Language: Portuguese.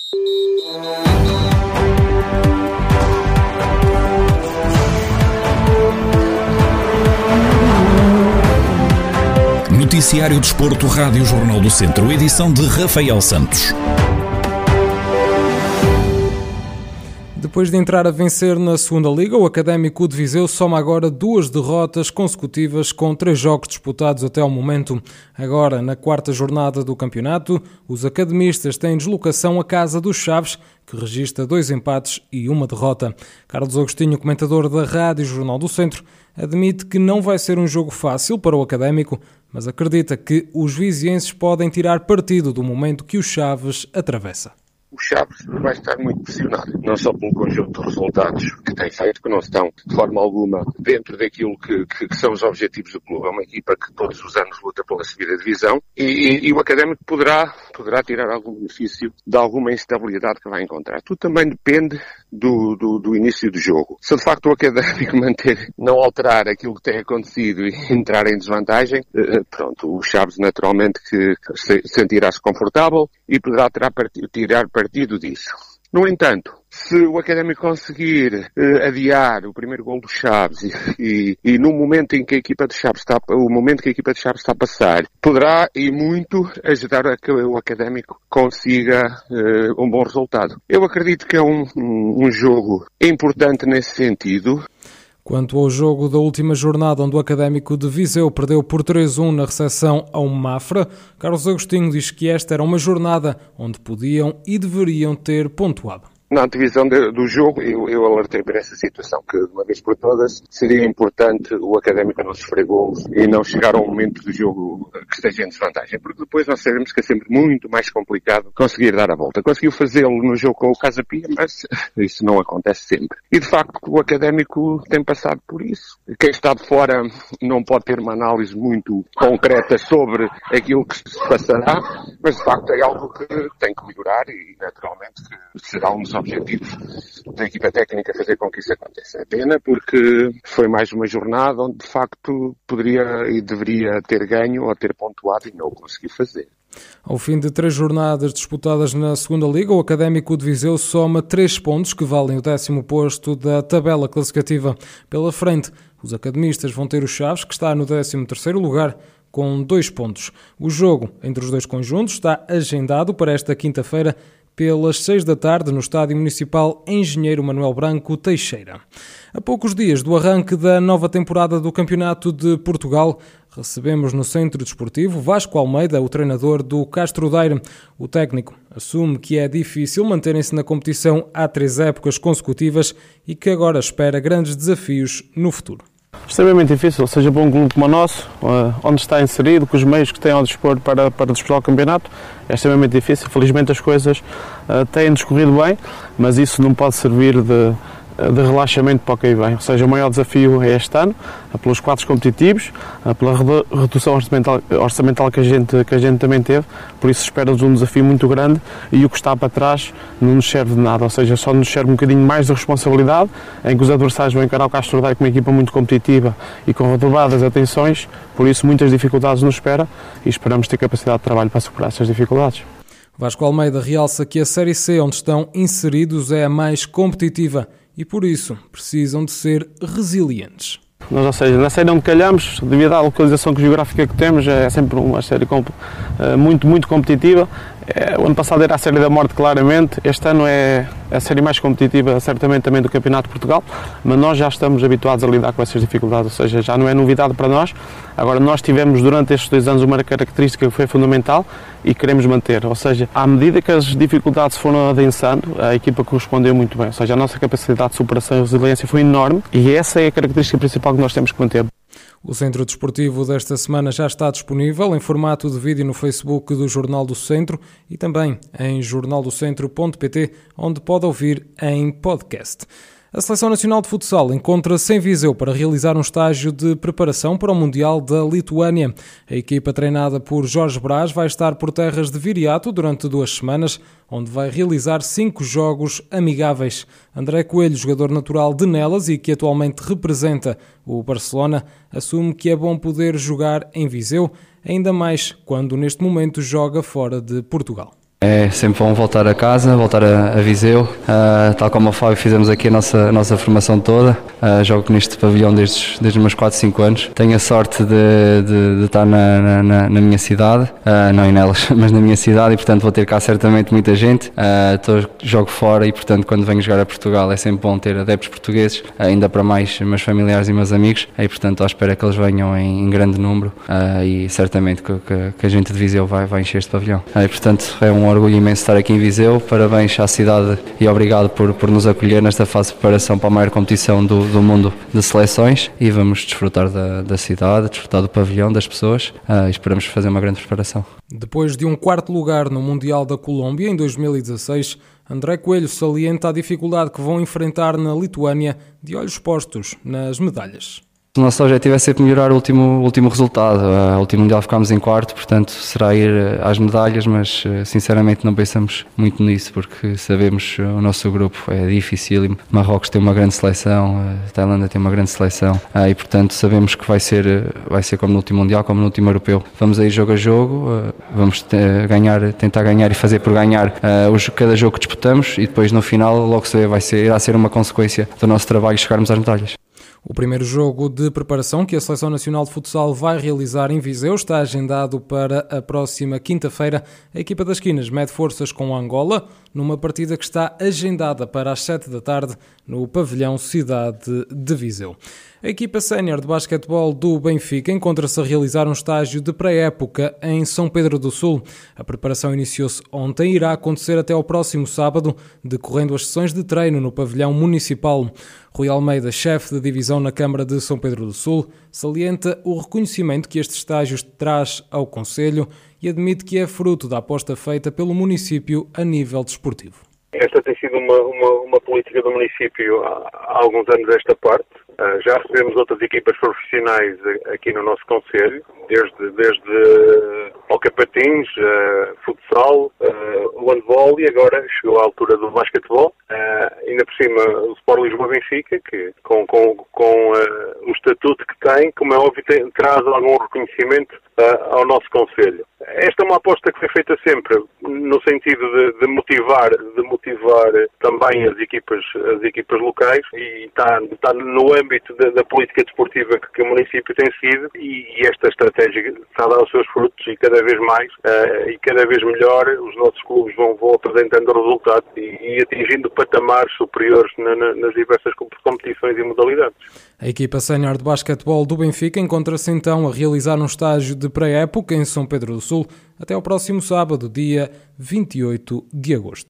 Noticiário Desporto, Rádio Jornal do Centro, edição de Rafael Santos. Depois de entrar a vencer na segunda Liga, o Académico de Viseu soma agora 2 derrotas consecutivas com 3 jogos disputados até ao momento. Agora, na quarta jornada do campeonato, os academistas têm deslocação à casa dos Chaves, que registra 2 empates e 1 derrota. Carlos Agostinho, comentador da Rádio Jornal do Centro, admite que não vai ser um jogo fácil para o Académico, mas acredita que os vizienses podem tirar partido do momento que o Chaves atravessa. O Chaves vai estar muito pressionado, não só pelo conjunto de resultados que tem feito, que não estão de forma alguma dentro daquilo que são os objetivos do clube. É uma equipa que todos os anos luta pela subida de divisão e o Académico poderá tirar algum benefício de alguma instabilidade que vai encontrar. Tudo também depende do início do jogo. Se de facto o Académico não alterar aquilo que tem acontecido e entrar em desvantagem, pronto, o Chaves naturalmente que sentirá-se confortável e poderá tirar partido disso. No entanto, se o Académico conseguir adiar o primeiro gol do Chaves e no momento em que a equipa de Chaves está a passar, poderá e muito ajudar a que o Académico consiga um bom resultado. Eu acredito que é um jogo importante nesse sentido. Quanto ao jogo da última jornada, onde o Académico de Viseu perdeu por 3-1 na recepção ao Mafra, Carlos Agostinho diz que esta era uma jornada onde podiam e deveriam ter pontuado. Na antevisão do jogo, eu alertei para essa situação, que de uma vez por todas seria importante o Académico não sofrer golos e não chegar a um momento do jogo que esteja em desvantagem, porque depois nós sabemos que é sempre muito mais complicado conseguir dar a volta. Conseguiu fazê-lo no jogo com o Casa Pia, mas isso não acontece sempre. E de facto o Académico tem passado por isso. Quem está de fora não pode ter uma análise muito concreta sobre aquilo que se passará, mas de facto é algo que tem que melhorar e naturalmente que será um dos objetivos da equipa técnica fazer com que isso aconteça. É pena porque foi mais uma jornada onde de facto poderia e deveria ter ganho ou ter pontuado e não o conseguiu fazer. Ao fim de 3 jornadas disputadas na segunda Liga, o Académico de Viseu soma 3 pontos que valem o 10º posto da tabela classificativa. Pela frente, os academistas vão ter o Chaves, que está no 13º lugar, com 2 pontos. O jogo entre os dois conjuntos está agendado para esta quinta-feira, pelas 6 da tarde, no Estádio Municipal Engenheiro Manuel Branco Teixeira. A poucos dias do arranque da nova temporada do Campeonato de Portugal, recebemos no Centro Desportivo Vasco Almeida, o treinador do Castro Daire. O técnico assume que é difícil manterem-se na competição há 3 épocas consecutivas e que agora espera grandes desafios no futuro. Extremamente difícil, seja para um clube como o nosso, onde está inserido, com os meios que tem ao dispor para disputar o campeonato, é extremamente difícil. Felizmente as coisas têm discorrido bem, mas isso não pode servir de relaxamento para o que aí vem. Ou seja, o maior desafio é este ano, pelos quadros competitivos, pela redução orçamental que a gente também teve, por isso espera-nos um desafio muito grande e o que está para trás não nos serve de nada, ou seja, só nos serve um bocadinho mais de responsabilidade, em que os adversários vão encarar o Castro Daire com uma equipa muito competitiva e com redobradas atenções, por isso muitas dificuldades nos espera e esperamos ter capacidade de trabalho para superar essas dificuldades. Vasco Almeida realça que a Série C, onde estão inseridos, é a mais competitiva e, por isso, precisam de ser resilientes. Nós, ou seja, na série onde calhamos, devido à localização geográfica que temos, é sempre uma série muito competitiva. O ano passado era a série da morte, claramente. Este ano é a série mais competitiva, certamente, também do Campeonato de Portugal. Mas nós já estamos habituados a lidar com essas dificuldades, ou seja, já não é novidade para nós. Agora, nós tivemos durante estes 2 anos uma característica que foi fundamental e queremos manter. Ou seja, à medida que as dificuldades foram adensando, a equipa correspondeu muito bem. Ou seja, a nossa capacidade de superação e resiliência foi enorme e essa é a característica principal que nós temos que manter. O Centro Desportivo desta semana já está disponível em formato de vídeo no Facebook do Jornal do Centro e também em jornaldocentro.pt, onde pode ouvir em podcast. A Seleção Nacional de Futsal encontra-se em Viseu para realizar um estágio de preparação para o Mundial da Lituânia. A equipa treinada por Jorge Brás vai estar por terras de Viriato durante 2 semanas, onde vai realizar 5 jogos amigáveis. André Coelho, jogador natural de Nelas e que atualmente representa o Barcelona, assume que é bom poder jogar em Viseu, ainda mais quando neste momento joga fora de Portugal. É sempre bom voltar a casa, voltar a Viseu, tal como o Fábio fizemos aqui a nossa formação toda. Jogo neste pavilhão desde os meus 4, 5 anos. Tenho a sorte de estar na minha cidade, não em nelas, mas na minha cidade, e portanto vou ter cá certamente muita gente. Jogo fora e portanto quando venho jogar a Portugal é sempre bom ter adeptos portugueses, ainda para mais meus familiares e meus amigos, e portanto estou à espera que eles venham em grande número e certamente que a gente de Viseu vai encher este pavilhão. E portanto é um orgulho imenso estar aqui em Viseu, parabéns à cidade e obrigado por nos acolher nesta fase de preparação para a maior competição do mundo de seleções, e vamos desfrutar da cidade, desfrutar do pavilhão, das pessoas, e esperamos fazer uma grande preparação. Depois de um 4º lugar no Mundial da Colômbia em 2016, André Coelho salienta a dificuldade que vão enfrentar na Lituânia, de olhos postos nas medalhas. O nosso objetivo é sempre melhorar o último resultado. O último Mundial ficámos em 4º, portanto será ir às medalhas, mas sinceramente não pensamos muito nisso, porque sabemos o nosso grupo é difícil. Marrocos tem uma grande seleção, a Tailândia tem uma grande seleção, e portanto sabemos que vai ser como no último Mundial, como no último Europeu. Vamos aí jogo a jogo, vamos tentar ganhar e fazer por ganhar cada jogo que disputamos, e depois no final logo se vê, irá ser uma consequência do nosso trabalho chegarmos às medalhas. O primeiro jogo de preparação que a Seleção Nacional de Futsal vai realizar em Viseu está agendado para a próxima quinta-feira. A equipa das Quinas mede forças com a Angola, numa partida que está agendada para as 7 da tarde no pavilhão Cidade de Viseu. A equipa sénior de basquetebol do Benfica encontra-se a realizar um estágio de pré-época em São Pedro do Sul. A preparação iniciou-se ontem e irá acontecer até ao próximo sábado, decorrendo as sessões de treino no pavilhão municipal. Rui Almeida, chefe de divisão na Câmara de São Pedro do Sul, salienta o reconhecimento que este estágio traz ao Concelho e admite que é fruto da aposta feita pelo município a nível desportivo. Esta tem sido uma política do município há alguns anos desta parte. Já recebemos outras equipas profissionais aqui no nosso concelho, desde hockey patins, futsal, o handball, e agora chegou a altura do basquetebol. Ainda por cima o Sport Lisboa Benfica, que com o estatuto que tem, como é óbvio, traz algum reconhecimento ao nosso concelho. Esta é uma aposta que foi feita sempre no sentido de motivar também as equipas locais, e está no âmbito da política desportiva que o município tem sido, e esta estratégia está a dar os seus frutos, e cada vez mais e cada vez melhor os nossos clubes vão apresentando resultados e atingindo patamares superiores nas diversas competições e modalidades. A equipa sénior de basquetebol do Benfica encontra-se então a realizar um estágio de pré-época em São Pedro do Sul até ao próximo sábado, dia 28 de agosto.